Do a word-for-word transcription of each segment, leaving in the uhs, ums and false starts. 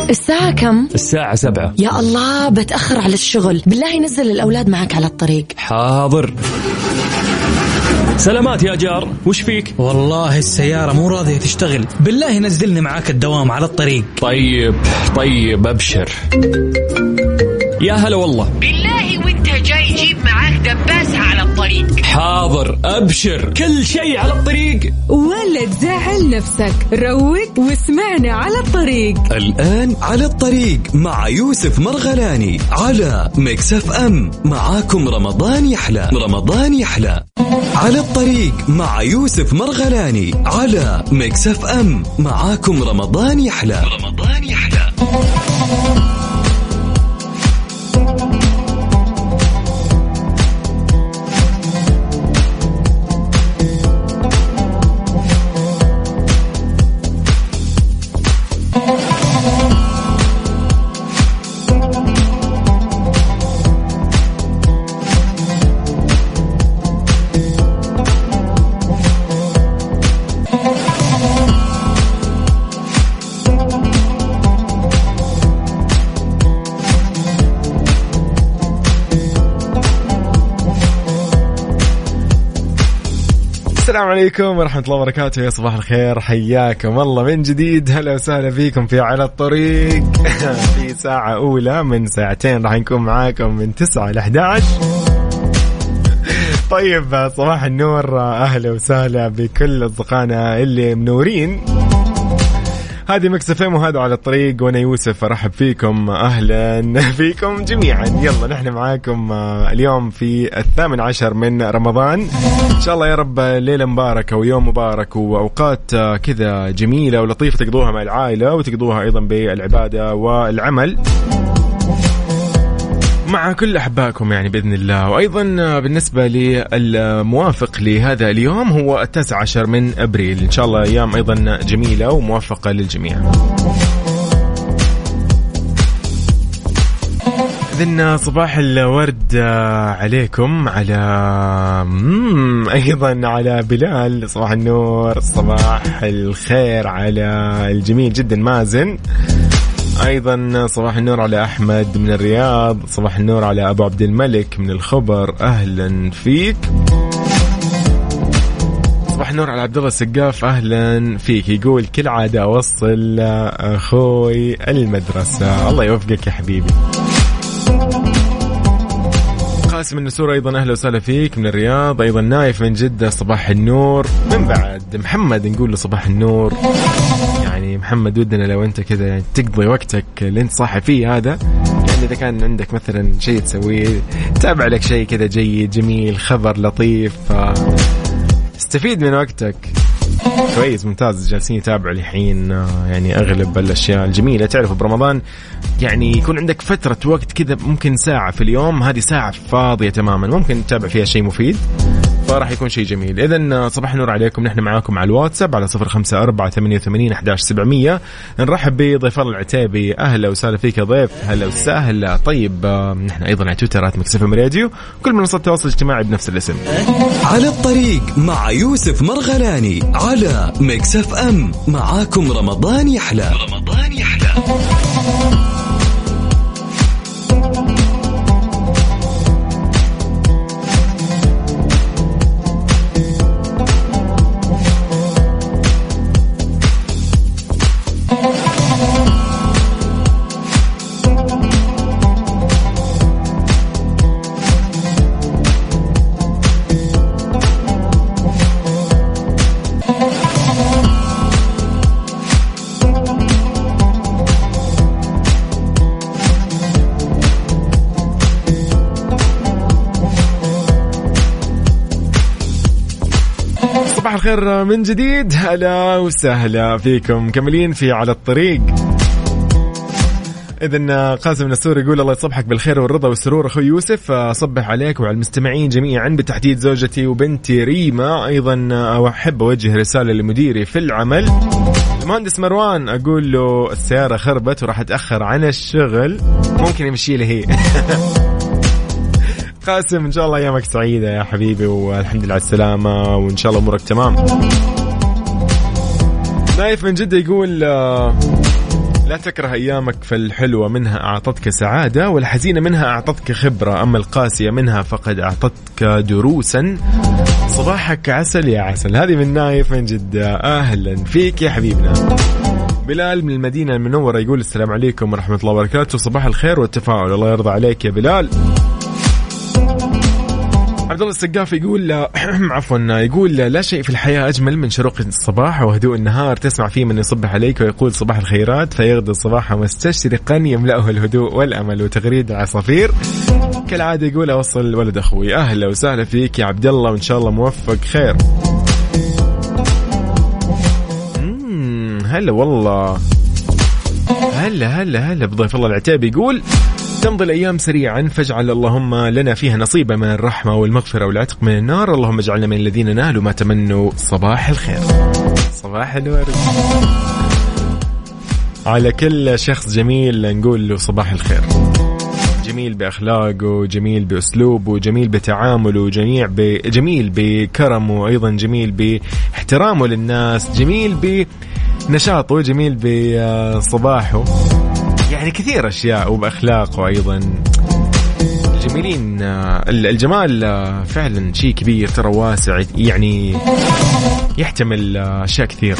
الساعة كم؟ الساعة سبعة. يا الله بتأخر على الشغل، بالله نزل الأولاد معك على الطريق. حاضر. سلامات يا جار، وش فيك؟ والله السيارة مو راضية تشتغل، بالله نزلني معاك الدوام على الطريق. طيب طيب أبشر. يا هلا والله. بالله وانت جاي جيب معاك دباسة على الطريق. حاضر أبشر، كل شيء على الطريق. ولا تزعل نفسك، روق واسمعنا على الطريق. الآن على الطريق مع يوسف مرغلاني على ميكس اف ام. معاكم رمضان يحلى. رمضان يحلى على الطريق مع يوسف مرغلاني على ميكس اف ام. معاكم رمضان يحلى. رمضان يحلى. السلام عليكم ورحمة الله وبركاته. يا صباح الخير، حياكم الله من جديد. هلا وسهلا فيكم في على الطريق في ساعة أولى من ساعتين راح نكون معاكم من تسعة إلى أحد عشر. طيب صباح النور، أهلا وسهلا بكل أصدقائنا اللي منورين. هذه ميكس اف ام وهذا على الطريق، وانا يوسف ارحب فيكم. اهلا فيكم جميعا. يلا نحن معاكم اليوم في الثامن عشر من رمضان. ان شاء الله يا رب ليلة مباركة ويوم مبارك واوقات كذا جميلة ولطيفة تقضوها مع العائلة وتقضوها ايضا بالعبادة والعمل مع كل أحبائكم يعني بإذن الله. وأيضا بالنسبة للموافق لهذا اليوم هو التاسع عشر من أبريل. إن شاء الله أيام أيضا جميلة وموفقة للجميع. إذن صباح الورد عليكم، على أيضا على بلال صباح النور، صباح الخير على الجميل جدا مازن، أيضا صباح النور على أحمد من الرياض، صباح النور على أبو عبد الملك من الخبر، أهلا فيك. صباح النور على عبد الله السقاف، أهلا فيك. يقول كل عادة أوصل أخوي المدرسة. الله يوفقك يا حبيبي. قاسم النسور أيضا أهلا وسهلا فيك من الرياض. أيضا نايف من جدة صباح النور. من بعد محمد نقول له صباح النور. يعني محمد ودنا لو أنت كذا يعني تقضي وقتك اللي أنت صاحي فيه هذا، يعني إذا كان عندك مثلا شيء تسويه، تابع لك شيء كذا جيد جميل خبر لطيف، استفيد من وقتك. كويس ممتاز. جالسين يتابعوا الحين يعني أغلب الأشياء الجميلة. تعرفوا برمضان يعني يكون عندك فترة وقت كذا ممكن ساعة في اليوم، هذه ساعة فاضية تماما ممكن تتابع فيها شيء مفيد، فراح يكون شيء جميل. إذن صباح النور عليكم. نحن معاكم على الواتساب على صفر خمسة أربعة ثمانية وثمانين أحد عشر سبعمية. نرحب بضيف الله العتيبي. أهلا وسهلا فيك يا ضيف. هلا وسهلا. طيب نحن أيضا على تويترات ميكس اف ام راديو، كل منصات التواصل الاجتماعي بنفس الاسم. على الطريق مع يوسف مرغلاني على ميكس اف ام. معاكم رمضان يحلى. رمضان يحلى. صباح الخير من جديد. هلا وسهلا فيكم كملين في على الطريق. إذن قاسم النسور يقول الله يصبحك بالخير والرضا والسرور أخوي يوسف. صبح عليك وعلى المستمعين جميعا بالتحديد زوجتي وبنتي ريما. أيضا أحب أوجه رسالة لمديري في العمل المهندس مروان، أقول له السيارة خربت وراح أتأخر عن الشغل، ممكن يمشي لي هي. قاسم إن شاء الله أيامك سعيدة يا حبيبي والحمد لله على السلامة وإن شاء الله أمورك تمام. نايف من جدة يقول لا تكره أيامك فالحلوة منها أعطتك سعادة، والحزينة منها أعطتك خبرة، أما القاسية منها فقد أعطتك دروسا. صباحك عسل يا عسل. هذه من نايف من جدة. أهلا فيك يا حبيبنا. بلال من المدينة المنورة يقول السلام عليكم ورحمة الله وبركاته. صباح الخير والتفاؤل. الله يرضى عليك يا بلال. عبد الله السقاف يقول عفوا يقول لا شيء في الحياة أجمل من شروق الصباح وهدوء النهار، تسمع فيه من يصبح عليك ويقول صباح الخيرات، فيغدو الصباح مستشرقا يملأه الهدوء والأمل وتغريد العصافير. كالعادة يقول أوصل ولد أخوي. أهلا وسهلا فيك يا عبد الله، وإن شاء الله موفق خير. مم هلا والله. هلا هلا هلا بضيف الله العتاب. يقول تمضي الأيام سريعا فاجعل اللهم لنا فيها نصيبا من الرحمة والمغفرة والعتق من النار. اللهم اجعلنا من الذين نالوا ما تمنوا. صباح الخير. صباح الورد على كل شخص جميل، نقول له صباح الخير. جميل بأخلاقه، جميل بأسلوبه، جميل بتعامله، جميل جميل بكرمه، أيضا جميل باحترامه للناس، جميل بنشاطه، جميل بصباحه، يعني كثير أشياء، وبأخلاقه أيضا جميلين. الجمال فعلا شيء كبير ترى، واسع، يعني يحتمل أشياء كثير.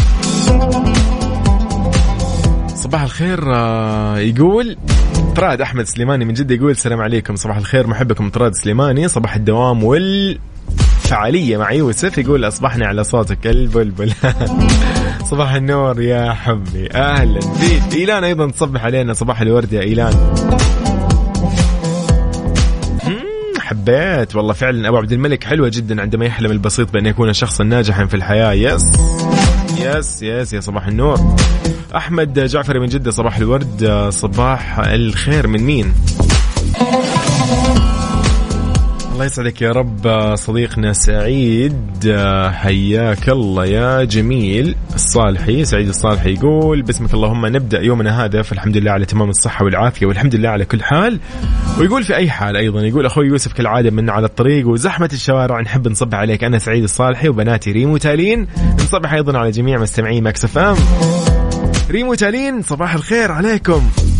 صباح الخير. يقول طراد أحمد سليماني من جدة يقول السلام عليكم. صباح الخير محبكم طراد سليماني. صباح الدوام والفعالية مع يوسف. يقول أصبحنا على صوتك البلبل. صباح النور يا حبي. أهلا فيك. إيلان أيضا تصبح علينا. صباح الورد يا إيلان. حبيت والله فعلا. أبو عبد الملك حلوة جدا عندما يحلم البسيط بأن يكون شخصا ناجحا في الحياة. يس يس يس يا صباح النور. أحمد جعفري من جدة. صباح الورد. صباح الخير من مين؟ الله يسعدك يا رب صديقنا سعيد، حياك الله يا جميل الصالحي. سعيد الصالحي يقول بسمك اللهم نبدأ يومنا هذا، فالحمد لله على تمام الصحة والعافية والحمد لله على كل حال. ويقول في أي حال أيضا. يقول أخوي يوسف كالعادة من على الطريق وزحمة الشوارع نحب نصبح عليك أنا سعيد الصالحي وبناتي ريم وتالين. نصبح أيضا على جميع مستمعي مكس اف ام. ريم وتالين صباح الخير عليكم.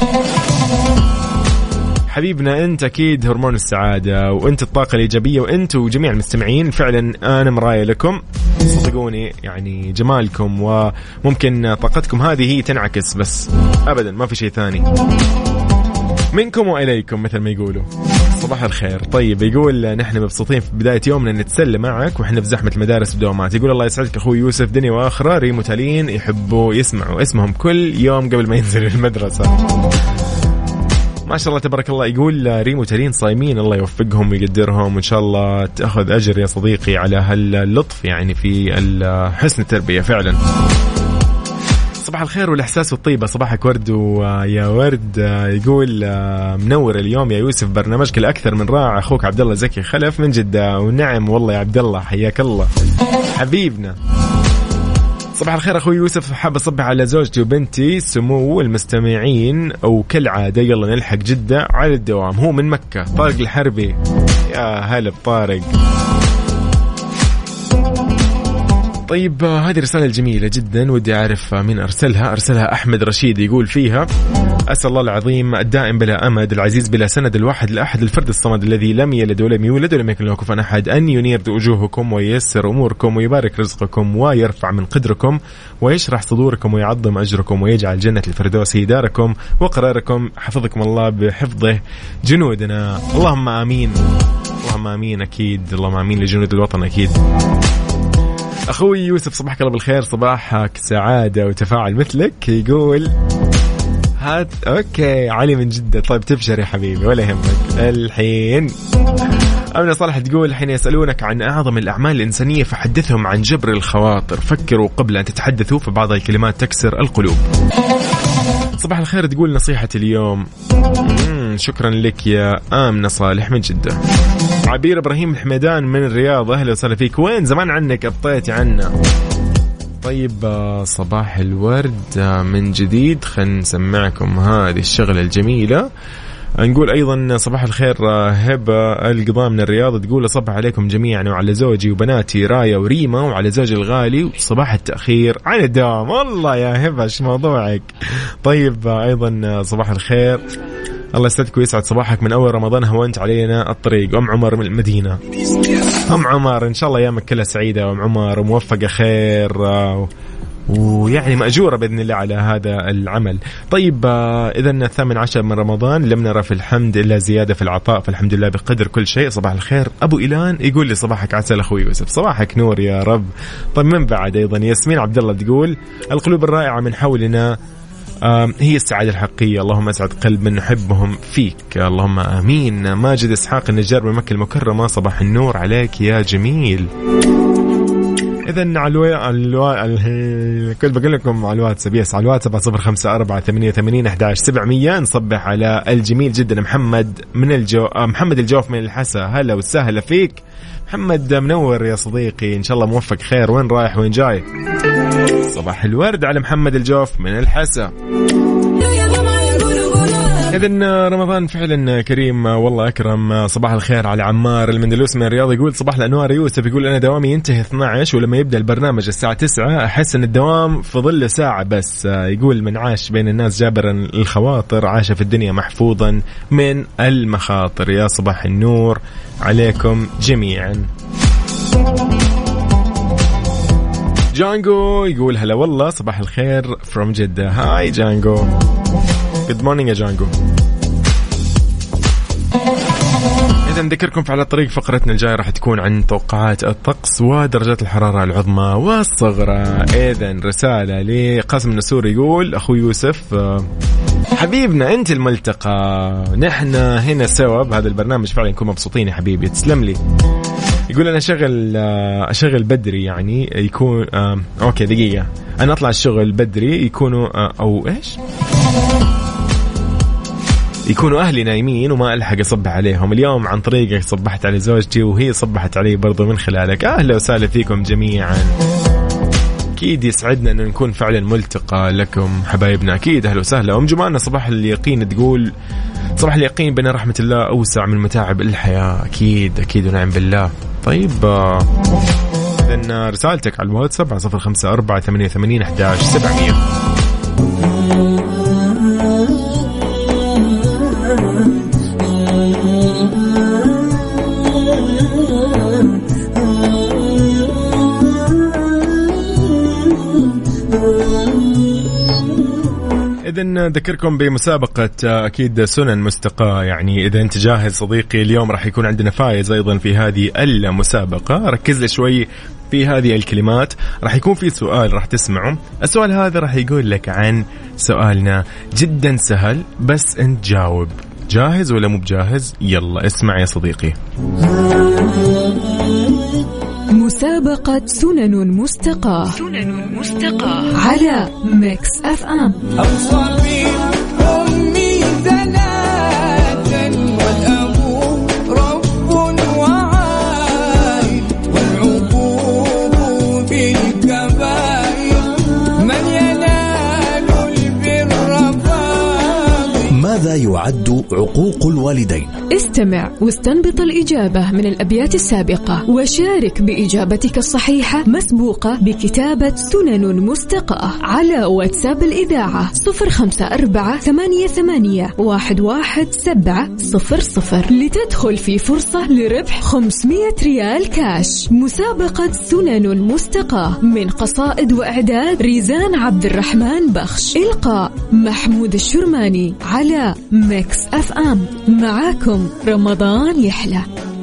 حبيبنا أنت أكيد هرمون السعادة وأنت الطاقة الإيجابية، وأنت وجميع المستمعين فعلا أنا مراية لكم. صدقوني يعني جمالكم وممكن طاقتكم هذه هي تنعكس، بس أبدا ما في شيء ثاني. منكم وإليكم مثل ما يقولوا. صباح الخير. طيب يقول نحن مبسوطين في بداية يومنا نتسلى معك وإحنا في زحمة المدارس والدوامات. يقول الله يسعدك أخوي يوسف دنيا وآخرة. ريم وتالين يحبوا يسمعوا اسمهم كل يوم قبل ما ينزلوا المدرسة. ما شاء الله تبارك الله. يقول ريم وتالين صايمين، الله يوفقهم ويقدرهم، وإن شاء الله تأخذ أجر يا صديقي على هاللطف يعني في حسن التربية فعلا. صباح الخير والإحساس والطيبة. صباحك ورد ويا ورد. يقول منور اليوم يا يوسف، برنامجك الأكثر من رائع. أخوك عبد الله زكي خلف من جدة. ونعم والله يا عبد الله، حياك الله حبيبنا. صباح الخير أخوي يوسف، حاب أصبح على زوجتي وبنتي سمو المستمعين، وكالعادة يلا نلحق جدة على الدوام. هو من مكة طارق الحربي. يا هلا بطارق. طيب هذه رسالة جميلة جدا، ودي أعرف مين أرسلها. أرسلها أحمد رشيد. يقول فيها أسأل الله العظيم الدائم بلا أمد العزيز بلا سند الواحد الأحد الفرد الصمد الذي لم يلد ولم يولد ولم يكن له كفوا أحد أن ينير وجوهكم وييسر أموركم ويبارك رزقكم ويرفع من قدركم ويشرح صدوركم ويعظم أجركم ويجعل جنة الفردوس هي داركم وقراركم. حفظكم الله بحفظه جنودنا. اللهم آمين. اللهم آمين. أكيد اللهم آمين لجنود الوطن أكيد. أخوي يوسف صباحك الله بالخير، صباحك سعادة وتفاعل مثلك. يقول هات أوكي علي من جدة. طيب تبشر يا حبيبي ولا يهمك. الحين أمنة صالح تقول حين يسألونك عن أعظم الأعمال الإنسانية فحدثهم عن جبر الخواطر، فكروا قبل أن تتحدثوا فبعض الكلمات تكسر القلوب. صباح الخير. تقول نصيحة اليوم. شكرا لك يا آمنة صالح من جدة. عبير إبراهيم الحميدان من الرياض، أهلا وسهلا فيك. وين زمان عنك أبطيتي عنا. طيب صباح الورد من جديد. خلنا نسمعكم هذه الشغلة الجميلة نقول أيضا صباح الخير هبة القضاء من الرياض، تقول صباح عليكم جميعا وعلى زوجي وبناتي رايا وريما وعلى زوجي الغالي وصباح التأخير على الدوام. والله يا هبة ايش موضوعك. طيب أيضا صباح الخير، الله يسعدك ويسعد صباحك من أول رمضان هونت علينا الطريق. أم عمر من المدينة. أم عمر إن شاء الله أيامك كلها سعيدة وأم عمر وموفقة خير ويعني مأجورة بإذن الله على هذا العمل. طيب إذا الثامن عشر من رمضان لم نرى في الحمد إلا زيادة في العطاء، فالحمد لله بقدر كل شيء. صباح الخير أبو إيلان يقول لي صباحك عسل أخوي يوسف. صباحك نور يا رب. طيب من بعد أيضا ياسمين عبد الله تقول القلوب الرائعة من حولنا هي السعادة الحقيقية، اللهم اسعد قلب من نحبهم فيك اللهم آمين. ماجد إسحاق النجار من مكة المكرمة، صباح النور عليك يا جميل. إذن على الوا... الوا... ال... كنت بقول لكم على الواتساب، يس على الواتساب صفر خمسة أربعة ثمانية ثمانين أحد عشر سبعمية. نصبح على الجميل جدا محمد من الجو محمد الجوف من الحسا. هلا وسهلا فيك محمد، منور يا صديقي، إن شاء الله موفق خير. وين رايح وين جاي؟ صباح الورد على محمد الجوف من الحسا. إذن رمضان فعلا كريم والله أكرم. صباح الخير على عمار المندلوس من الرياض، يقول صباح الأنوار يوسف، يقول أنا دوامي ينتهي اثنا عشر ولما يبدأ البرنامج الساعة تسعة أحس أن الدوام فضل ساعة بس. يقول من عاش بين الناس جابرا الخواطر عاش في الدنيا محفوظا من المخاطر. يا صباح النور عليكم جميعا. جانجو يقول هلا والله صباح الخير from جدة. هاي جانجو، good morning يا جانجو. إذا نذكركم في على الطريق فقرتنا الجاية راح تكون عن توقعات الطقس ودرجات الحرارة العظمى والصغرى. إذا رسالة لقاسم النسور يقول أخو يوسف حبيبنا أنت الملتقى، نحن هنا سوا بهذا البرنامج فعلا نكون مبسوطين يا حبيبي، تسلم لي. يقول أنا أشغل أشغل بدري يعني يكون آه أوكي دقيقة أنا أطلع الشغل بدري يكونوا آه أو إيش يكونوا أهلي نايمين وما ألحق أصبح عليهم. اليوم عن طريقك صبحت على زوجتي وهي صبحت علي برضو من خلالك. أهلا وسهلا فيكم جميعا. أكيد يسعدنا أن نكون فعلا ملتقى لكم حبايبنا. أكيد أهلا وسهلا. أم جمالنا صباح اليقين تقول صباح اليقين بأن رحمة الله أوسع من متاعب الحياة. أكيد أكيد ونعم بالله. طيب إذن رسالتك على الواتساب على صفر خمسة أربعة ثمانية ثمانين أحد عشر سبعمية. إذن ذكركم بمسابقة أكيد سنن مستقاة. يعني إذا أنت جاهز صديقي اليوم راح يكون عندنا فائز أيضا في هذه المسابقة. ركز لي شوي في هذه الكلمات. راح يكون في سؤال راح تسمعه، السؤال هذا راح يقول لك عن سؤالنا جدا سهل بس أنت جاوب. جاهز ولا مو بجاهز؟ يلا اسمع يا صديقي. مسابقة سنن مستقاة. سنن مستقاة على ميكس اف ام. ماذا يعد عقوق الوالدين؟ استمع واستنبط الإجابة من الأبيات السابقة وشارك بإجابتك الصحيحة مسبوقة بكتابة سنن مستقاة على واتساب الإذاعة صفر خمسة أربعة ثمانية ثمانية واحد واحد سبعة صفر صفر لتدخل في فرصة لربح خمسمية ريال كاش. مسابقة سنن مستقاة من قصائد وإعداد ريزان عبد الرحمن بخش، إلقاء محمود الشرماني على ميكس اف ام. معاكم رمضان يحلى.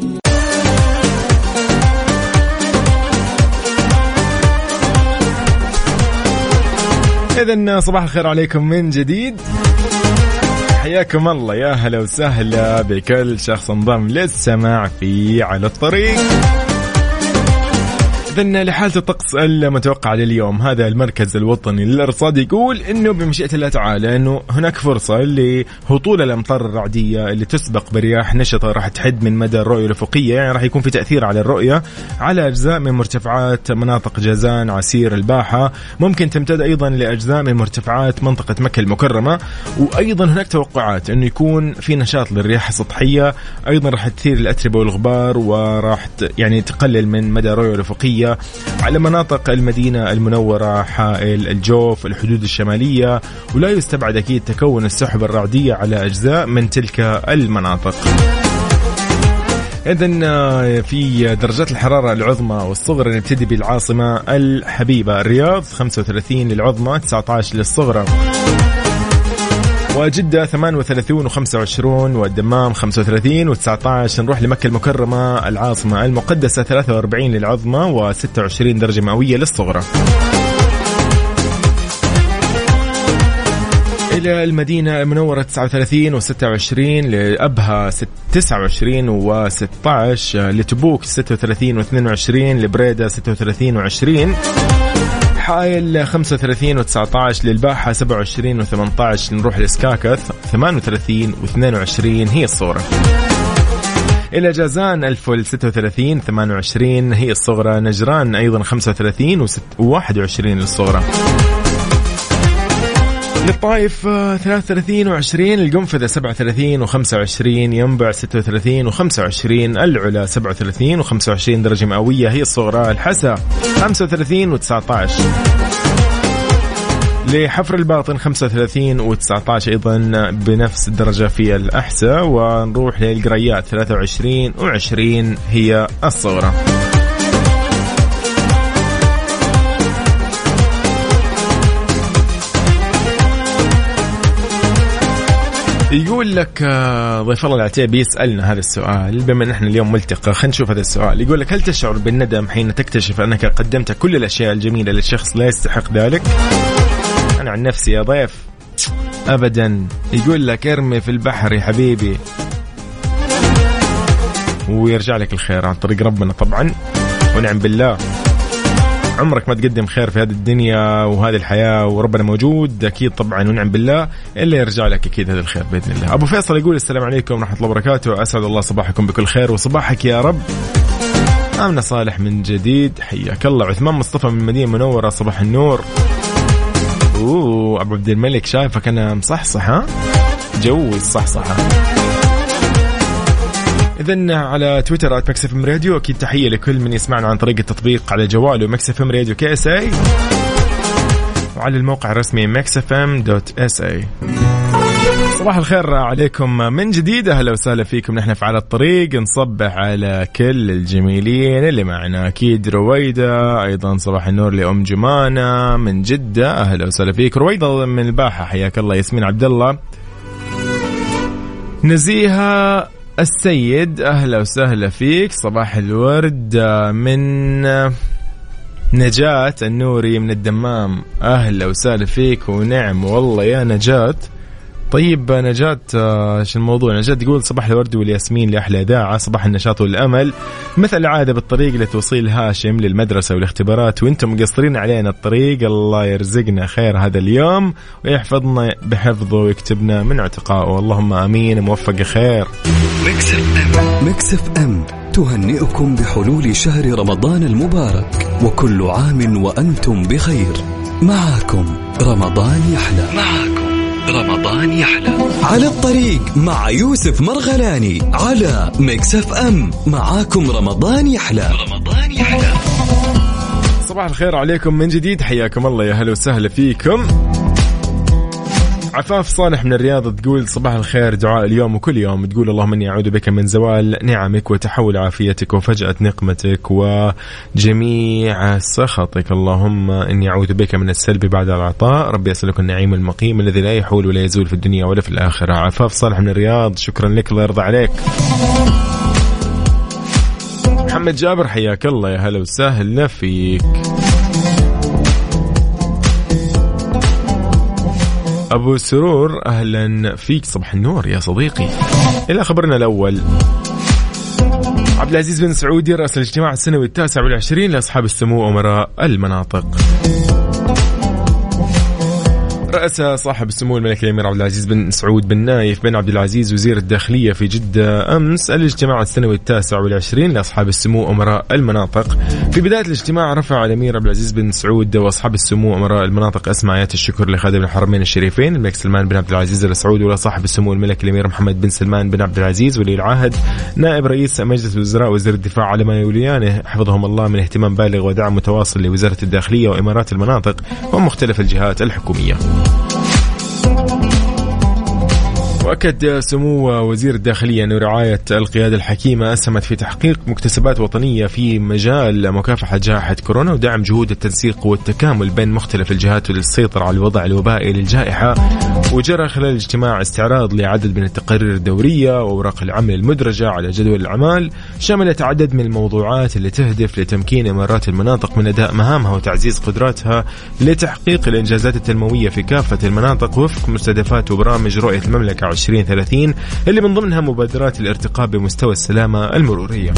إذن صباح الخير عليكم من جديد، حياكم الله، يا هلا وسهلا بكل شخص انضم للسماع في على الطريق. إذن لحالة الطقس المتوقعة لليوم، هذا المركز الوطني للأرصاد يقول إنه بمشيئة الله تعالى إنه هناك فرصة لهطول الأمطار الرعدية اللي تسبق برياح نشطة راح تحد من مدى الرؤية الأفقية، يعني راح يكون في تأثير على الرؤية على أجزاء من مرتفعات مناطق جازان، عسير، الباحة. ممكن تمتد أيضا لأجزاء من مرتفعات منطقة مكة المكرمة. وأيضا هناك توقعات إنه يكون في نشاط للرياح السطحية، أيضا راح تثير الأتربة والغبار وراح يعني تقلل من مدى الرؤية الأفقية على مناطق المدينة المنورة، حائل، الجوف، الحدود الشمالية. ولا يستبعد أكيد تكون السحب الرعدية على أجزاء من تلك المناطق. إذن في درجات الحرارة العظمى والصغرى نبتدي بالعاصمة الحبيبة الرياض خمسة وثلاثين للعظمى، تسعة عشر للصغرى، وجدة ثمانية وثلاثين وخمسة وعشرين، والدمام خمسة وثلاثين وتسعة عشر. نروح لمكة المكرمة العاصمة المقدسة ثلاثة وأربعين للعظمى وستة وعشرين درجة مئوية للصغرى. إلى المدينة المنورة تسعة وثلاثين وستة وعشرين، لأبها تسعة وعشرين وستة عشر، لتبوك ستة وثلاثين واثنين وعشرين، لبريدة ستة وثلاثين وعشرين، حائل خمسة وثلاثين وتسعة عشر، للباحة سبعة وعشرين وثمانية عشر. نروح لإسكاكث ثمانية وثلاثين واثنين وعشرين هي الصغرى. إلى جازان الفل ستة وثلاثين ثمانية وعشرين هي الصغرى. نجران أيضا خمسة وثلاثين وواحد وعشرين للصغرى. للطائف ثلاثة وثلاثين وعشرين، القنفذة سبعة وثلاثين وخمسة وعشرين، ينبع ستة وثلاثين وخمسة وعشرين، العلا سبعة وثلاثين وخمسة وعشرين درجة مئوية هي الصغرى. الحسا خمسة وثلاثين وتسعة عشر، لحفر الباطن خمسة وثلاثين وتسعة عشر أيضا بنفس الدرجة في الأحساء. ونروح للقريات ثلاثة وعشرين وعشرين هي الصغرى. يقول لك ضيف الله العتيبي يسألنا هذا السؤال، بما أن احنا اليوم ملتقى خلينا نشوف هذا السؤال. يقول لك: هل تشعر بالندم حين تكتشف أنك قدمت كل الأشياء الجميلة للشخص لا يستحق ذلك؟ أنا عن نفسي يا ضيف أبدا. يقول لك: ارمي في البحر يا حبيبي ويرجع لك الخير عن طريق ربنا طبعا، ونعم بالله. عمرك ما تقدم خير في هذه الدنيا وهذه الحياة وربنا موجود أكيد طبعا، ونعم بالله، إلا يرجع لك أكيد هذا الخير بإذن الله. أبو فيصل يقول: السلام عليكم ورحمة الله وبركاته، أسعد الله صباحكم بكل خير وصباحك يا رب. آمنة صالح من جديد حياك الله. عثمان مصطفى من المدينة المنورة صباح النور. أوه أبو عبد الملك شايفك أنا مصحصح، ها جوي الصحصحة. إذن على تويتر آت مكس إف إم راديو. أكيد تحية لكل من يسمعنا عن طريق التطبيق على جواله مكس إف إم راديو كي إس إيه، وعلى الموقع الرسمي مكس إف إم دوت إس إيه. صباح الخير عليكم من جديد، أهلا وسهلا فيكم. نحن في على الطريق نصبح على كل الجميلين اللي معنا. أكيد رويدة أيضا صباح النور لأم جمانة من جدة، أهلا وسهلا فيك. رويدة من الباحة حياك الله. ياسمين عبد الله، نزيهة السيد أهلا وسهلا فيك. صباح الورد من نجاة النوري من الدمام، أهلا وسهلا فيك. ونعم والله يا نجاة. طيب نجاة ايش الموضوع؟ نجاة تقول: صباح الورد والياسمين لأحلى إذاعة، صباح النشاط والأمل مثل العادة بالطريق لتوصيل هاشم للمدرسة والاختبارات، وانتم مقصرين علينا الطريق. الله يرزقنا خير هذا اليوم ويحفظنا بحفظه ويكتبنا من عتقائه، اللهم آمين. موفق خير. ميكس اف ام ميكس اف ام تهنئكم بحلول شهر رمضان المبارك، وكل عام وأنتم بخير. معكم رمضان يحلى. معكم رمضان يحلى. على الطريق مع يوسف مرغلاني على ميكس اف ام. معاكم رمضان يحلى. رمضان يحلى. صباح الخير عليكم من جديد، حياكم الله، يا هلا وسهلا فيكم. عفاف صالح من الرياض تقول: صباح الخير، دعاء اليوم وكل يوم. تقول: اللهم اني اعوذ بك من زوال نعمك وتحول عافيتك وفجأة نقمتك وجميع سخطك. اللهم اني اعوذ بك من السلب بعد العطاء. ربي اسألك النعيم المقيم الذي لا يحول ولا يزول في الدنيا ولا في الآخرة. عفاف صالح من الرياض، شكرا لك، الله يرضى عليك. محمد جابر حياك الله، يا هلا وسهلا فيك. أبو سرور أهلا فيك، صباح النور يا صديقي. إلى خبرنا الأول، عبد العزيز بن سعود يرأس الاجتماع السنوي التاسع والعشرين لأصحاب السمو أمراء المناطق. رأس صاحب السمو الملكي الأمير عبد العزيز بن سعود بن نايف بن عبد العزيز وزير الداخلية في جدة أمس الاجتماع السنوي التاسع والعشرين لأصحاب السمو أمراء المناطق. في بداية الاجتماع رفع الأمير عبد العزيز بن سعود وأصحاب السمو أمراء المناطق أسمى آيات الشكر لخادم الحرمين الشريفين الملك سلمان بن عبد العزيز آل سعود ولصاحب السمو الملكي الأمير محمد بن سلمان بن عبد العزيز ولي العهد نائب رئيس مجلس الوزراء وزير الدفاع على ما يوليانه حفظهم الله من اهتمام بالغ ودعم متواصل لوزارة الداخلية وإمارات المناطق ومختلف الجهات الحكومية. وأكد سمو وزير الداخلية أن رعاية القيادة الحكيمة أسهمت في تحقيق مكتسبات وطنية في مجال مكافحة جائحة كورونا ودعم جهود التنسيق والتكامل بين مختلف الجهات للسيطرة على الوضع الوبائي للجائحة. وجرى خلال الاجتماع استعراض لعدد من التقارير الدورية وأوراق العمل المدرجة على جدول الأعمال شملت عدد من الموضوعات اللي تهدف لتمكين إمارات المناطق من أداء مهامها وتعزيز قدراتها لتحقيق الإنجازات التنموية في كافة المناطق وفق مستهدفات وبرامج رؤية المملكة عشرين ثلاثين اللي من ضمنها مبادرات الارتقاء بمستوى السلامة المرورية.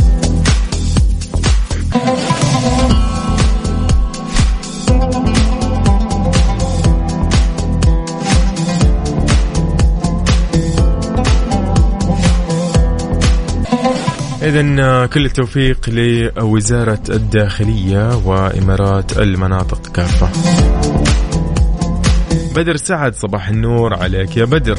إذن كل التوفيق لوزارة الداخلية وإمارات المناطق كافة. بدر سعد صباح النور عليك يا بدر.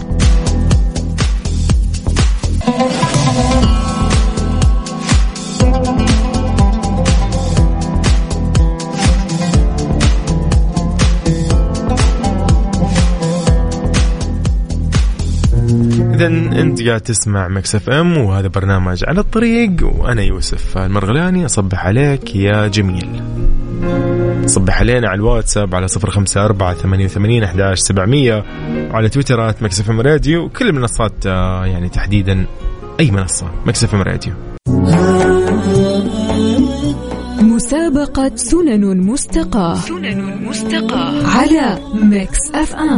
إذن أنت قاعد تسمع ميكس اف ام وهذا برنامج على الطريق وأنا يوسف المرغلاني أصبح عليك يا جميل. صبح علينا على الواتساب على صفر خمسة أربعة ثمانية ثمانية أحد عشر سبعمية وعلى تويترات ميكس اف ام راديو وكل المنصات يعني تحديدا أي منصة ميكس اف ام راديو. مسابقة سنن مستقاة سنن مستقاة على ميكس اف ام.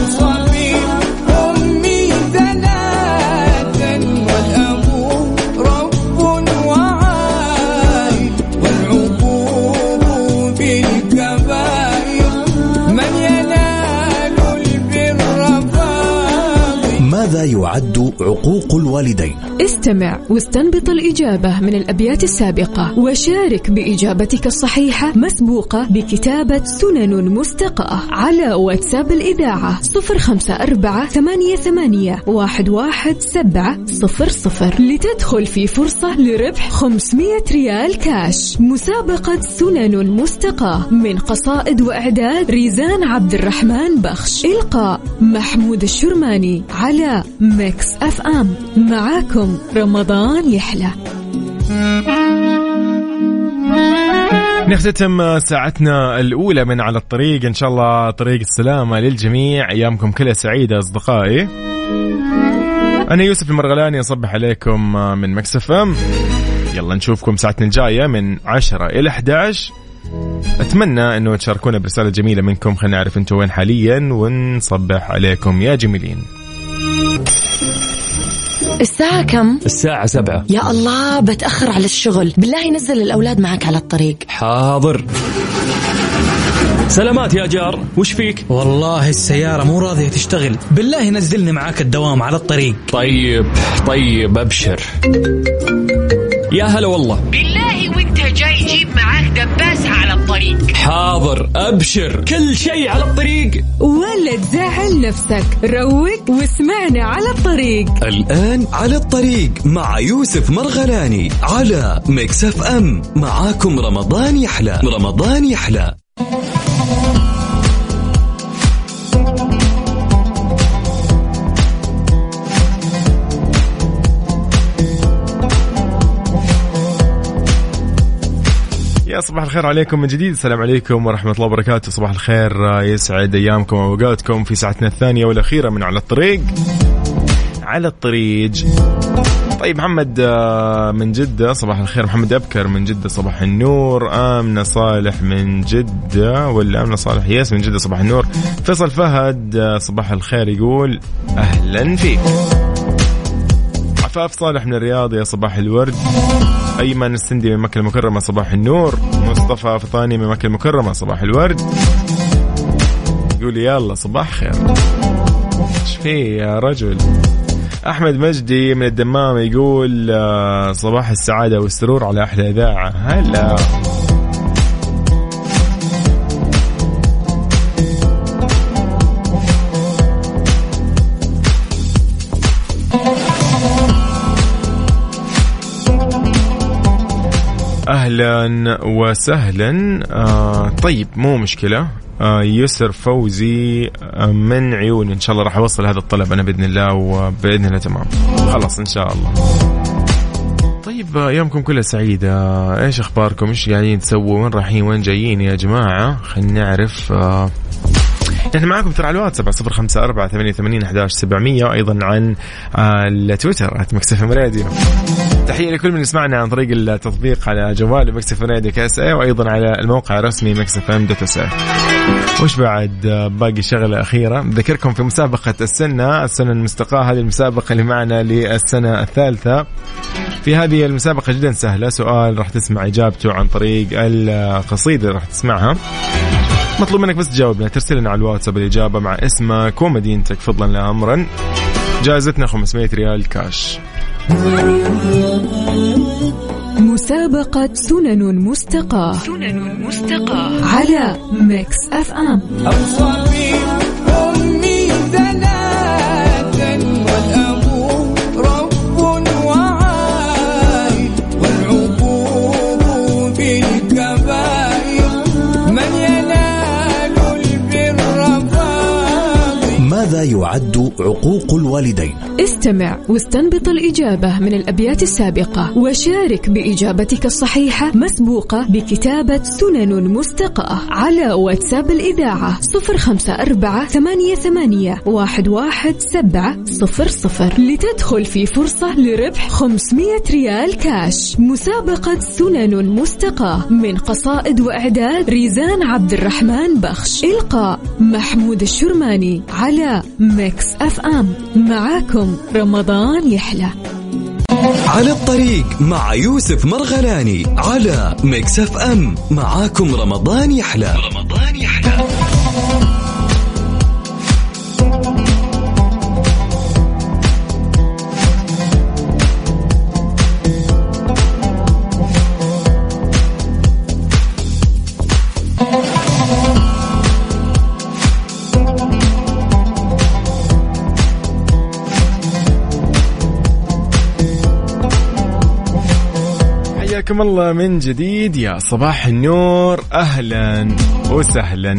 ماذا يعد عقوق الوالدين؟ استمع واستنبط الإجابة من الأبيات السابقة وشارك بإجابتك الصحيحة مسبوقة بكتابة سنن مستقاة على واتساب الإذاعة صفر خمسة أربعة ثمانية ثمانية واحد واحد سبعة صفر صفر لتدخل في فرصة لربح خمسمية ريال كاش. مسابقة سنن مستقاة من قصائد وإعداد ريزان عبد الرحمن بخش، إلقاء محمود الشرماني على ميكس اف ام. معاكم رمضان يحلى. نختتم ساعتنا الأولى من على الطريق إن شاء الله طريق السلامة للجميع. أيامكم كلها سعيدة أصدقائي. أنا يوسف المرغلاني أصبح عليكم من ميكس اف ام. يلا نشوفكم ساعتنا الجاية من عشرة إلى أحد عشر. أتمنى أنه تشاركونا برسالة جميلة منكم، خلينا نعرف أنتوا وين حاليا ونصبح عليكم يا جميلين. الساعة كم؟ الساعة سبعة. يا الله بتأخر على الشغل، بالله نزل الأولاد معك على الطريق. حاضر. سلامات يا جار، وش فيك؟ والله السيارة مو راضية تشتغل، بالله نزلني معاك الدوام على الطريق. طيب طيب أبشر. يا هلا والله. بالله وانت جاي جيب معاك دباسة على الطريق. حاضر أبشر، كل شيء على الطريق. ولا تزعل نفسك، روق واسمعنا على الطريق. الآن على الطريق مع يوسف مرغلاني على ميكس اف ام. معاكم رمضان يحلى. رمضان يحلى. يا صباح الخير عليكم من جديد. السلام عليكم ورحمة الله وبركاته. صباح الخير، يسعد أيامكم وأوقاتكم في ساعتنا الثانية والأخيرة من على الطريق. على الطريق. طيب محمد من جدة صباح الخير. محمد أبكر من جدة صباح النور. آمنة صالح من جدة ولا آمنة صالح ياس من جدة صباح النور. فيصل فهد صباح الخير يقول أهلا فيك. عفاف صالح من الرياض يا صباح الورد. أيمن السندي من مكة المكرمة صباح النور. مصطفى فطاني من مكة المكرمة صباح الورد. يقول يلا صباح خير. ايش فيه يا رجل؟ أحمد مجدي من الدمام يقول صباح السعادة والسرور على أحلى إذاعة. هلا أهلا وسهلا. آه طيب مو مشكلة. آه يسر فوزي آه من عيون إن شاء الله راح أوصل هذا الطلب أنا بإذن الله، وبإذن الله تمام خلاص إن شاء الله. طيب آه يومكم كله سعيد. آه إيش أخباركم؟ إيش قاعدين تسووا؟ وين رايحين؟ وين جايين يا جماعة؟ خلينا نعرف. آه نحن معكم ترى على الواتساب صفر خمسة أربعة ثمانية ثمانين أحد عشر سبعمية، وأيضا عن آه التويتر آت ميكس إف إم راديو. تحية لكل من يسمعنا عن طريق التطبيق على جوال ميكس إف إم راديو كاس اي، وأيضا على الموقع الرسمي ميكس إف إم دوت إس إيه. وش بعد باقي شغلة أخيرة ذكركم في مسابقة السنة السنة المستقاة، هذه المسابقة اللي معنا للسنة الثالثة. في هذه المسابقة جدا سهلة، سؤال راح تسمع إجابته عن طريق القصيدة راح تسمعها. مطلوب منك بس تجاوبنا، ترسل لنا على الواتساب الإجابة مع اسمك ومدينتك فضلا لا أمرا. جائزتنا خمسمية ريال كاش. مسابقة سنن مستقاة سنن مستقاة على ميكس أف أم. ماذا يعد عقوق الوالدين؟ استمع واستنبط الإجابة من الأبيات السابقة، وشارك بإجابتك الصحيحة مسبوقة بكتابة سنن مستقاة على واتساب الإذاعة صفر خمسة أربعة ثمانية ثمانية واحد واحد سبعة صفر صفر لتدخل في فرصة لربح خمسمية ريال كاش. مسابقة سنن مستقاة من قصائد وإعداد ريزان عبد الرحمن بخش، إلقاء محمود الشرماني على ميكس أف أم. معاكم رمضان يحلى. على الطريق مع يوسف مرغلاني على ميكس أف أم. معاكم رمضان يحلى. رمضان يحلى. حياكم الله من جديد يا صباح النور. أهلا وسهلا.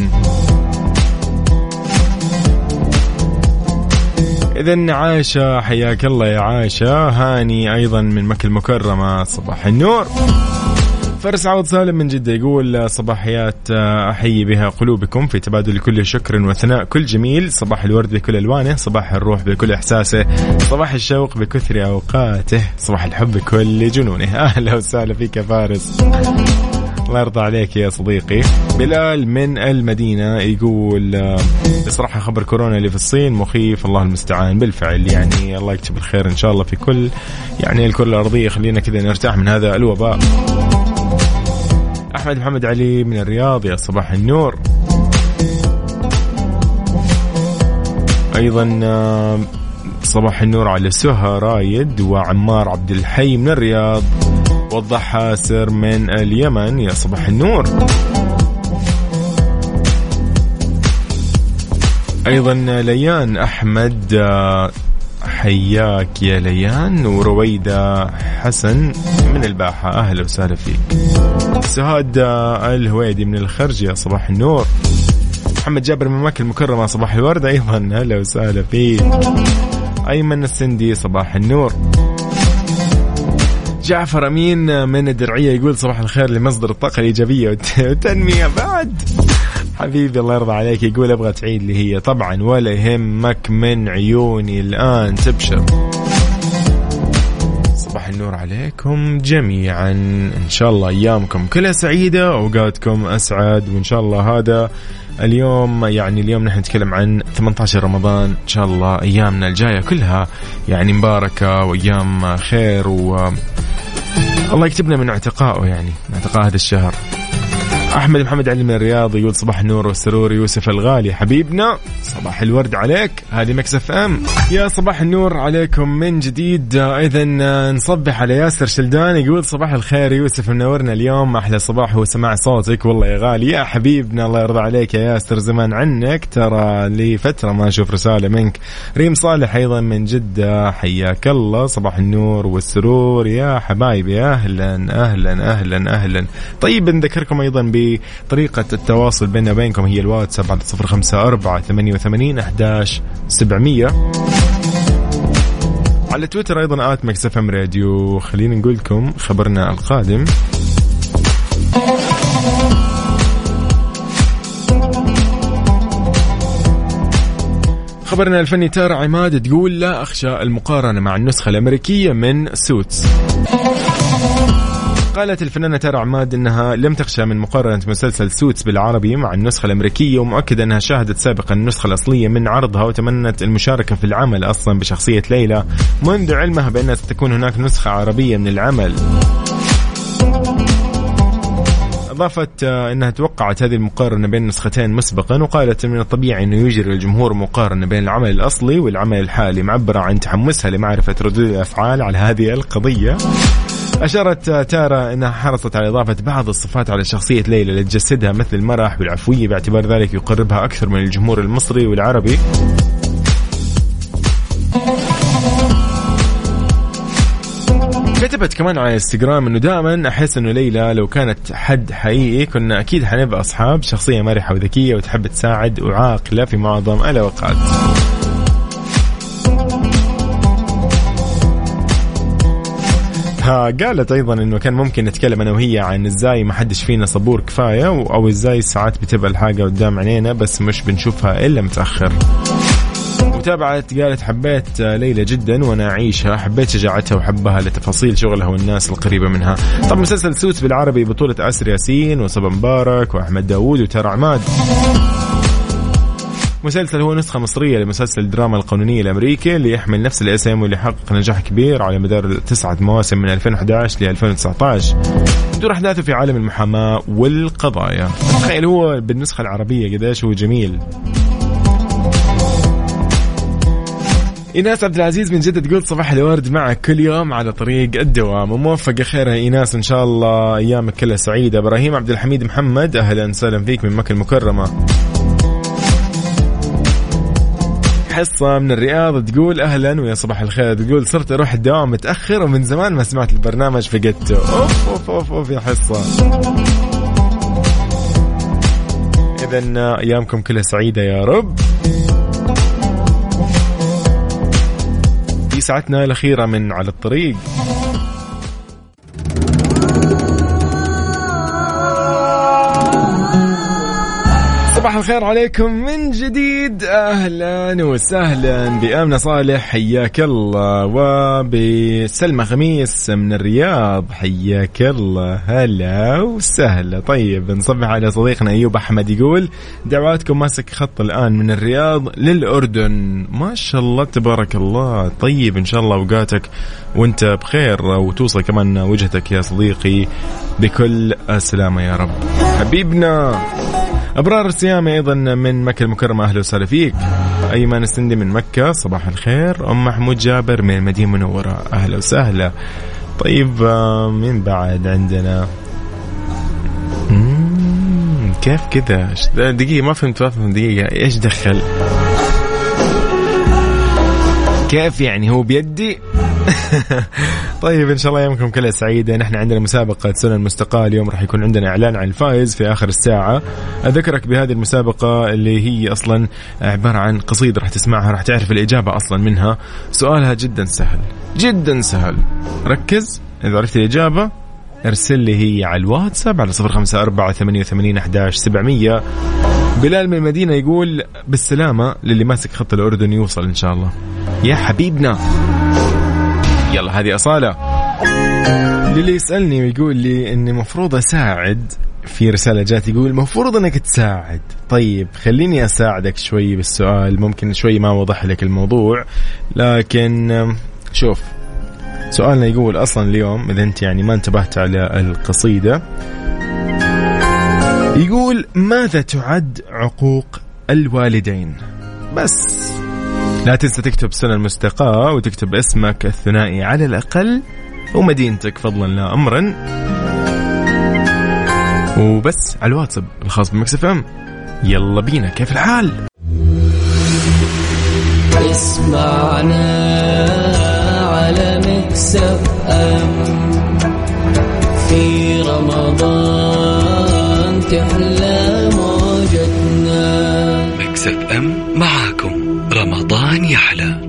إذن عاشا حياك الله يا عاشا. هاني أيضا من مكة المكرمة صباح النور. فارس عوض سالم من جدة يقول صباحيات أحيي بها قلوبكم في تبادل كل شكر وثناء كل جميل. صباح الورد بكل ألوانه، صباح الروح بكل إحساسه، صباح الشوق بكثر أوقاته، صباح الحب بكل جنونه. أهلا وسهلا فيك يا فارس، الله يرضى عليك يا صديقي. بلال من المدينة يقول بصراحة خبر كورونا اللي في الصين مخيف، الله المستعان. بالفعل يعني الله يكتب الخير إن شاء الله في كل يعني الكرة الأرضية، خلينا كذا نرتاح من هذا الوباء. أحمد محمد علي من الرياض يا صباح النور. أيضا صباح النور على سهى رايد وعمار عبد الحي من الرياض، وضح حاسر من اليمن يا صباح النور. أيضا ليان أحمد حياك يا ليان، ورويدة حسن من الباحة أهلا وسهلا فيك. سهاد الهويدي من الخرج يا صباح النور. محمد جابر من مكة المكرمة صباح الورد أيضا أهلا وسهلا فيك. أيمن السندي صباح النور. جعفر أمين من الدرعية يقول صباح الخير لمصدر الطاقة الإيجابية والتنمية بعد حبيبي الله يرضى عليك. يقول أبغى تعيد لي هي طبعا ولا يهمك من عيوني الآن تبشر. صباح صباح النور عليكم جميعا، إن شاء الله أيامكم كلها سعيدة، أوقاتكم أسعد، وإن شاء الله هذا اليوم يعني اليوم نحن نتكلم عن ثمانية عشر رمضان، إن شاء الله أيامنا الجاية كلها يعني مباركة وأيام خير، و الله يكتبنا من اعتقائه يعني من اعتقاء هذا الشهر. أحمد محمد علي من الرياض يقول صباح النور والسرور يوسف الغالي حبيبنا، صباح الورد عليك، هذه مكس اف ام. يا صباح النور عليكم من جديد. إذا نصبح على ياسر شلدان يقول صباح الخير يوسف، منورنا اليوم، أحلى صباح هو سماع صوتك والله يا غالي يا حبيبنا، الله يرضى عليك يا ياسر، زمان عنك ترى لي فترة ما أشوف رسالة منك. ريم صالح أيضا من جدة حياك الله، صباح النور والسرور يا حبايبي، أهلا أهلا أهلا أهلا. طيب نذكركم أيضا بطريقة التواصل بيننا وبينكم، هي الواتساب على صفر خمسة أربعة ثمانية وثمانين أحداش سبعمية، على تويتر أيضا آت ميكس اف ام راديو. خلينا نقول لكم خبرنا القادم. خبرنا الفني تارا عماد تقول لا أخشى المقارنة مع النسخة الأمريكية من سوتس. قالت الفنانة تارا عماد أنها لم تخشى من مقارنة مسلسل سوتس بالعربي مع النسخة الأمريكية، ومؤكدة أنها شاهدت سابقا النسخة الأصلية من عرضها، وتمنت المشاركة في العمل أصلا بشخصية ليلى منذ علمها بأن ستكون هناك نسخة عربية من العمل. أضافت أنها توقعت هذه المقارنة بين نسختين مسبقا، وقالت من الطبيعي أنه يجري الجمهور مقارنة بين العمل الأصلي والعمل الحالي، معبرة عن تحمسها لمعرفة ردود الأفعال على هذه القضية. أشارت تارا أنها حرصت على إضافة بعض الصفات على شخصية ليلى لتجسدها مثل المرح والعفوية، باعتبار ذلك يقربها أكثر من الجمهور المصري والعربي. كتبت كمان على انستغرام انه دائما احس انه ليلى لو كانت حد حقيقي كنا اكيد حنبقى اصحاب، شخصيه مرحه وذكيه وتحب تساعد وعاقله في معظم الاوقات. ها قالت ايضا انه كان ممكن نتكلم انا وهي عن ازاي ما حدش فينا صبور كفايه، او ازاي ساعات بتبقى الحاجه قدام عينينا بس مش بنشوفها الا متاخر. وتابعت قالت حبيت ليلى جدا وانا اعيشها، حبيت شجاعتها وحبها لتفاصيل شغلها والناس القريبه منها. طب مسلسل سوتس بالعربي بطوله آسر ياسين وصبا مبارك واحمد داوود وتارا عماد. مسلسل هو نسخة مصرية لمسلسل الدراما القانونية الأمريكي اللي يحمل نفس الاسم واللي حقق نجاح كبير على مدار تسعة مواسم من ألفين وأحد عشر ل ألفين وتسعة عشر، تدور أحداثه في عالم المحاماة والقضايا. تخيل هو بالنسخة العربية قديش هو جميل. إيناس عبد العزيز من جدة تقول صباح الورد معك كل يوم على طريق الدوام، وموفقة خير يا إيناس إن شاء الله أيامك كلها سعيدة. إبراهيم عبد الحميد محمد أهلا وسهلا فيك من مكة المكرمة. حصة من الرياض تقول أهلا ويا صباح الخير، تقول صرت أروح الدوام متأخر ومن زمان ما سمعت البرنامج فقدته. أوف أوف أوف أوف يا حصة. إذن أيامكم كلها سعيدة يا رب. في ساعتنا الأخيرة من على الطريق. صباح الخير عليكم من جديد، أهلا وسهلا بآمنة صالح حياك الله، وبسلمى خميس من الرياض حياك الله، هلا وسهلا. طيب نصبح على صديقنا أيوب أحمد يقول دعواتكم ماسك خط الآن من الرياض للأردن، ما شاء الله تبارك الله. طيب إن شاء الله أوقاتك وانت بخير وتوصل كمان وجهتك يا صديقي بكل سلامة يا رب حبيبنا. أبرار السيامي أيضا من مكة المكرمة أهلا وسهلا فيك. أيمن السندي من مكة صباح الخير. أم محمود جابر من المدينة المنورة أهلا وسهلا. طيب من بعد عندنا كيف كذا دقيقة ما فهمت دقيقة إيش دخل كيف يعني هو بيدي. طيب إن شاء الله يومكم كلها سعيدة. نحن عندنا مسابقة سنن مستقاة اليوم، راح يكون عندنا إعلان عن الفائز في آخر الساعة. أذكرك بهذه المسابقة اللي هي أصلا عبارة عن قصيدة راح تسمعها، راح تعرف الإجابة أصلا منها. سؤالها جدا سهل جدا سهل، ركز. إذا عرفت الإجابة ارسل لي هي على الواتساب على صفر خمسة أربعة ثمانية وثمانين أحداش سبعمية. بلال من المدينة يقول بالسلامة للي ماسك خط الأردن يوصل إن شاء الله يا حبيبنا. يلا هذه أصالة اللي يسألني ويقول لي إني مفروض أساعد، في رسالة جات يقول مفروض أنك تساعد. طيب خليني أساعدك شوي بالسؤال، ممكن شوي ما وضح لك الموضوع، لكن شوف سؤالنا يقول أصلا اليوم إذا أنت يعني ما انتبهت على القصيدة، يقول ماذا تعد عقوق الوالدين؟ بس لا تنسى تكتب سنة المستقاة وتكتب اسمك الثنائي على الأقل ومدينتك فضلا لا أمرا، وبس على الواتساب الخاص بمكس اف ام. يلا بينا، كيف الحال؟ اسمعنا على مكس اف ام في رمضان تحلى موجتنا. مكس اف ام معاكم رمضان يحلى.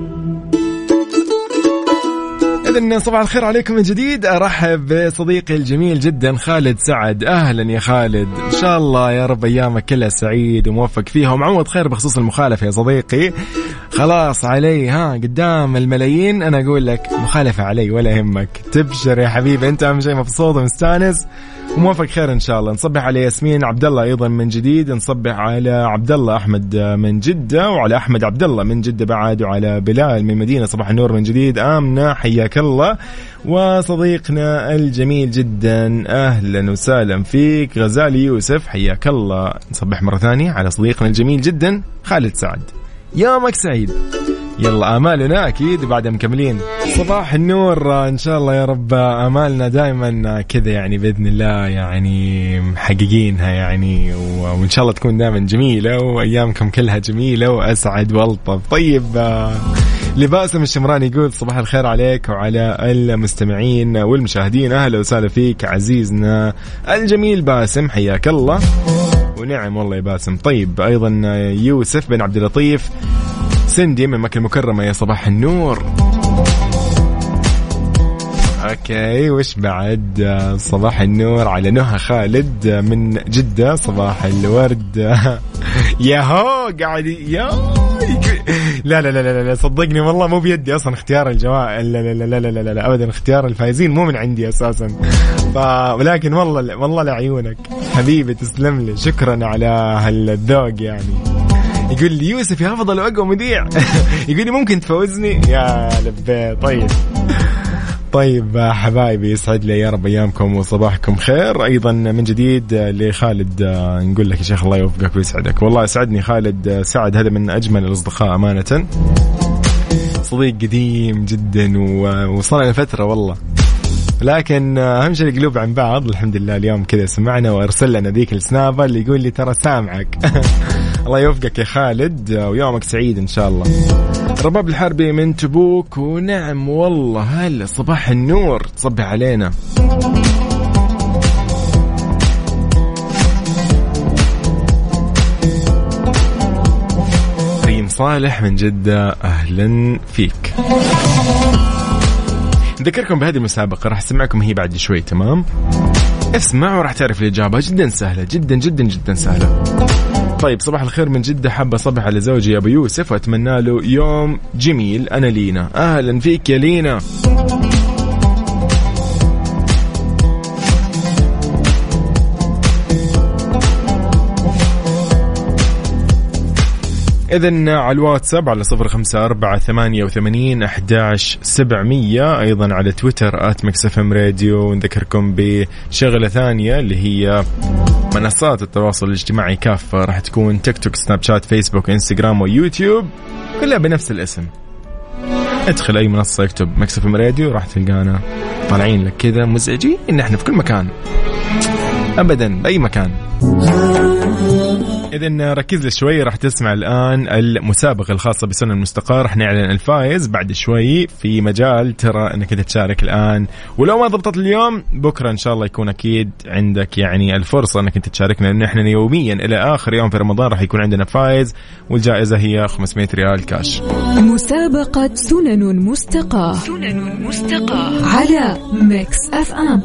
إذن صباح الخير عليكم من جديد. أرحب بصديقي الجميل جدا خالد سعد. أهلا يا خالد، إن شاء الله يا رب أيامك كلها سعيد وموفق فيها ومعوض خير. بخصوص المخالفة يا صديقي، خلاص علي ها قدام الملايين أنا أقول لك مخالفة علي ولا يهمك، تبشر يا حبيبي، أنت أهم شيء مبسوط ومستانس وموفق خير إن شاء الله. نصبح على ياسمين عبد الله أيضا من جديد، نصبح على عبد الله أحمد من جدة، وعلى أحمد عبد الله من جدة بعد، وعلى بلال من مدينة صباح النور من جديد. آمنة حياك الله، وصديقنا الجميل جدا أهلا وسهلا فيك غزالي يوسف حياك الله. نصبح مرة ثانية على صديقنا الجميل جدا خالد سعد. يومك سعيد. يلا آمالنا أكيد بعد مكملين. صباح النور إن شاء الله يا رب، آمالنا دائما كذا يعني بإذن الله يعني محققينها يعني، وإن شاء الله تكون دائما جميلة وأيامكم كلها جميلة وأسعد وألطف. طيب لباسم الشمراني يقول صباح الخير عليك وعلى المستمعين والمشاهدين. أهلا وسهلا فيك عزيزنا الجميل باسم حياك الله. ونعم والله يا باسم. طيب أيضا يوسف بن عبد اللطيف سندي من مكة المكرمة يا صباح النور. اوكي وش بعد؟ صباح النور على نهى خالد من جدة صباح الورد. يا هو قاعد يا لا لا لا لا لا صدقني والله مو بيدي اصلا اختيار الجوائز، لا لا لا لا لا لا, لا ابدا اختيار الفائزين مو من عندي اساسا. ف ولكن والله والله لعيونك حبيبي تسلم لي، شكرا على هالذوق يعني. يقول لي يوسف يا أفضل وأقوى مذيع. يقول لي ممكن تفوزني يا لبي. طيب طيب حبايبي يسعد لي يا رب أيامكم وصباحكم خير. أيضا من جديد لخالد نقول لك يا شيخ الله يوفقك ويسعدك. والله يسعدني خالد سعد، هذا من أجمل الأصدقاء أمانة، صديق قديم جدا وصار لنا فترة والله، لكن أهم شيء القلوب عن بعض الحمد لله. اليوم كذا سمعنا وأرسل لنا ذيك السنابة اللي يقول لي ترى سامعك. الله يوفقك يا خالد ويومك سعيد إن شاء الله. رباب الحربي من تبوك، ونعم والله هلا صباح النور تصبح علينا. ريم صالح من جدة أهلا فيك. ذكركم بهذه المسابقة راح أسمعكم هي بعد شوي، تمام؟ اسمع وراح تعرف الإجابة، جدا سهلة جدا جدا جدا سهلة. طيب صباح الخير من جدة، حابة صبح على زوجي أبو يوسف وأتمنى له يوم جميل. أنا لينا. أهلا فيك يا لينا. إذن على الواتساب على صفر خمسة أربعة ثمانية وثمانين أحداش سبعمية، أيضا على تويتر آت ميكس اف ام راديو. ونذكركم بشغلة ثانية اللي هي منصات التواصل الاجتماعي كافة، راح تكون تيك توك سناب شات فيسبوك انستغرام ويوتيوب كلها بنفس الاسم. ادخل أي منصة اكتب ميكس اف ام راديو راح تلقانا طالعين لك كذا مزعجين إن احنا في كل مكان أبدا بأي مكان. إذن ركز لي شوي، راح تسمع الآن المسابقة الخاصة بسنة المستقاة، راح نعلن الفائز بعد شوي. في مجال ترى أنك تشارك الآن، ولو ما ضبطت اليوم بكرة إن شاء الله يكون أكيد عندك يعني الفرصة أنك تشاركنا، لأن إحنا يوميا إلى آخر يوم في رمضان راح يكون عندنا فائز، والجائزة هي خمسمائة ريال كاش. مسابقة سنن مستقاة، سنن مستقاة على ميكس اف ام.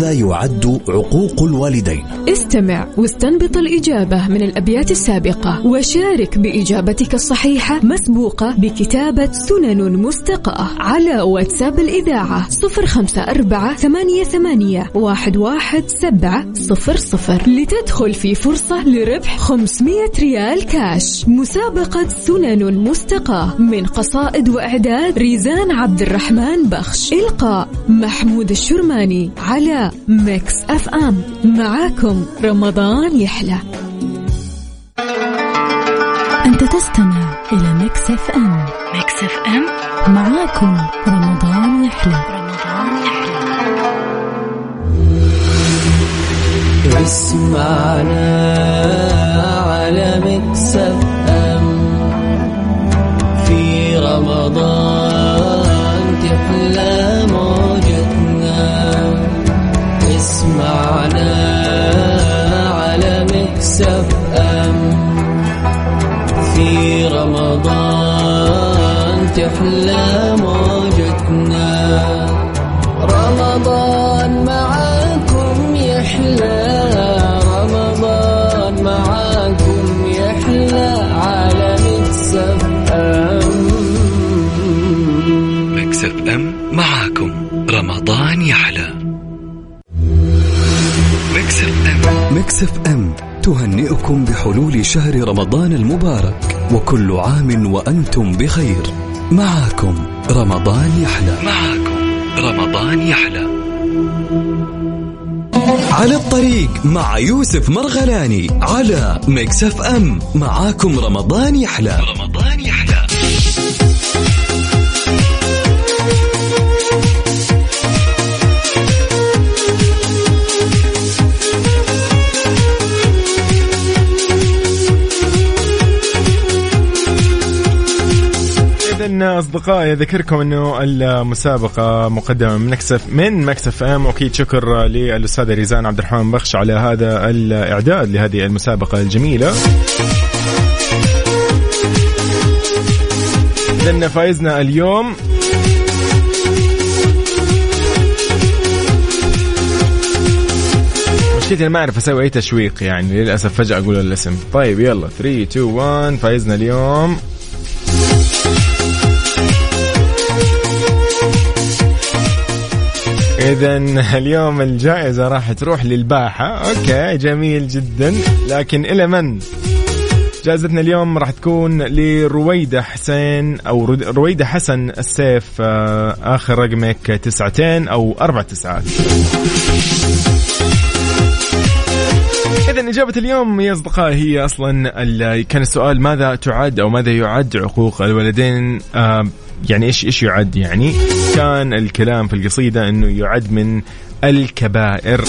ماذا يعد عقوق الوالدين؟ استمع واستنبط الإجابة من الأبيات السابقة وشارك بإجابتك الصحيحة مسبوقة بكتابة سنن مستقاة على واتساب الإذاعة صفر خمسة أربعة ثمانية ثمانية واحد واحد سبعة صفر صفر لتدخل في فرصة لربح خمسمائة ريال كاش. مسابقة سنن مستقاة من قصائد وإعداد ريزان عبد الرحمن بخش، إلقاء محمود الشرماني على ميكس أف أم. معاكم رمضان يحلى. أنت تستمع إلى ميكس أف أم. ميكس أف أم معاكم رمضان يحلى. رمضان يحلى. اسمعنا على ميكس أف أم في رمضان تحلى موجتنا. اسمعنا على ميكس أف أم في رمضان تحلى موجتنا. رمضان معاكم يحلى، رمضان معاكم يحلى على ميكس أف أم. ميكس أف أم معاكم رمضان يحلى. ميكس أف أم. ميكس أف أم تهنئكم بحلول شهر رمضان المبارك، وكل عام وأنتم بخير. معاكم رمضان يحلى. معاكم رمضان يحلى. على الطريق مع يوسف مرغلاني على ميكس أف أم. معاكم رمضان يحلى. رمضان يحلى. إذن أصدقائي أذكركم أنه المسابقة مقدمة من مكسف من مكسف أم، وأكيد شكر للأستاذة ريزان عبد الرحمن بخش على هذا الإعداد لهذه المسابقة الجميلة. إذن فايزنا اليوم مشكلتي ما أعرف أسوي أي تشويق، يعني للأسف فجأة أقول الاسم. طيب يلا ثلاثة اثنين واحد. فايزنا اليوم إذن اليوم الجائزة راح تروح للباحة. أوكي جميل جدا، لكن إلى من؟ جائزتنا اليوم راح تكون لرويدة حسين أو رويدة حسن السيف، آخر رقمك تسعتين أو أربع تسعات. إذن إجابة اليوم يا أصدقائي هي أصلا كان السؤال ماذا تعد أو ماذا يعد عقوق الوالدين. آه يعني إيش إيش يعد؟ يعني كان الكلام في القصيدة إنه يعد من الكبائر.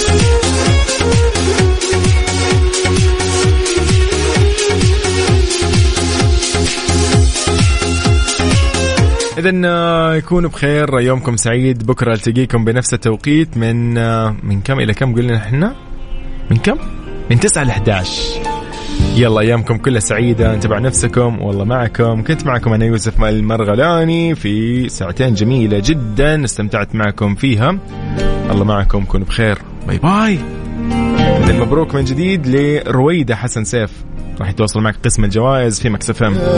إذن يكونوا بخير، يومكم سعيد. بكرة التقيكم بنفس التوقيت من من كم إلى كم قلنا إحنا؟ من كم؟ من تسعة لأحد عشر. يلا أيامكم كلها سعيدة، انتبعوا نفسكم، والله معكم. كنت معكم أنا يوسف المرغلاني في ساعتين جميلة جدا استمتعت معكم فيها. الله معكم، كونوا بخير، باي باي. مبروك من جديد لرويدة حسن سيف، راح يتواصل معك قسم الجوائز في مكس أف أم.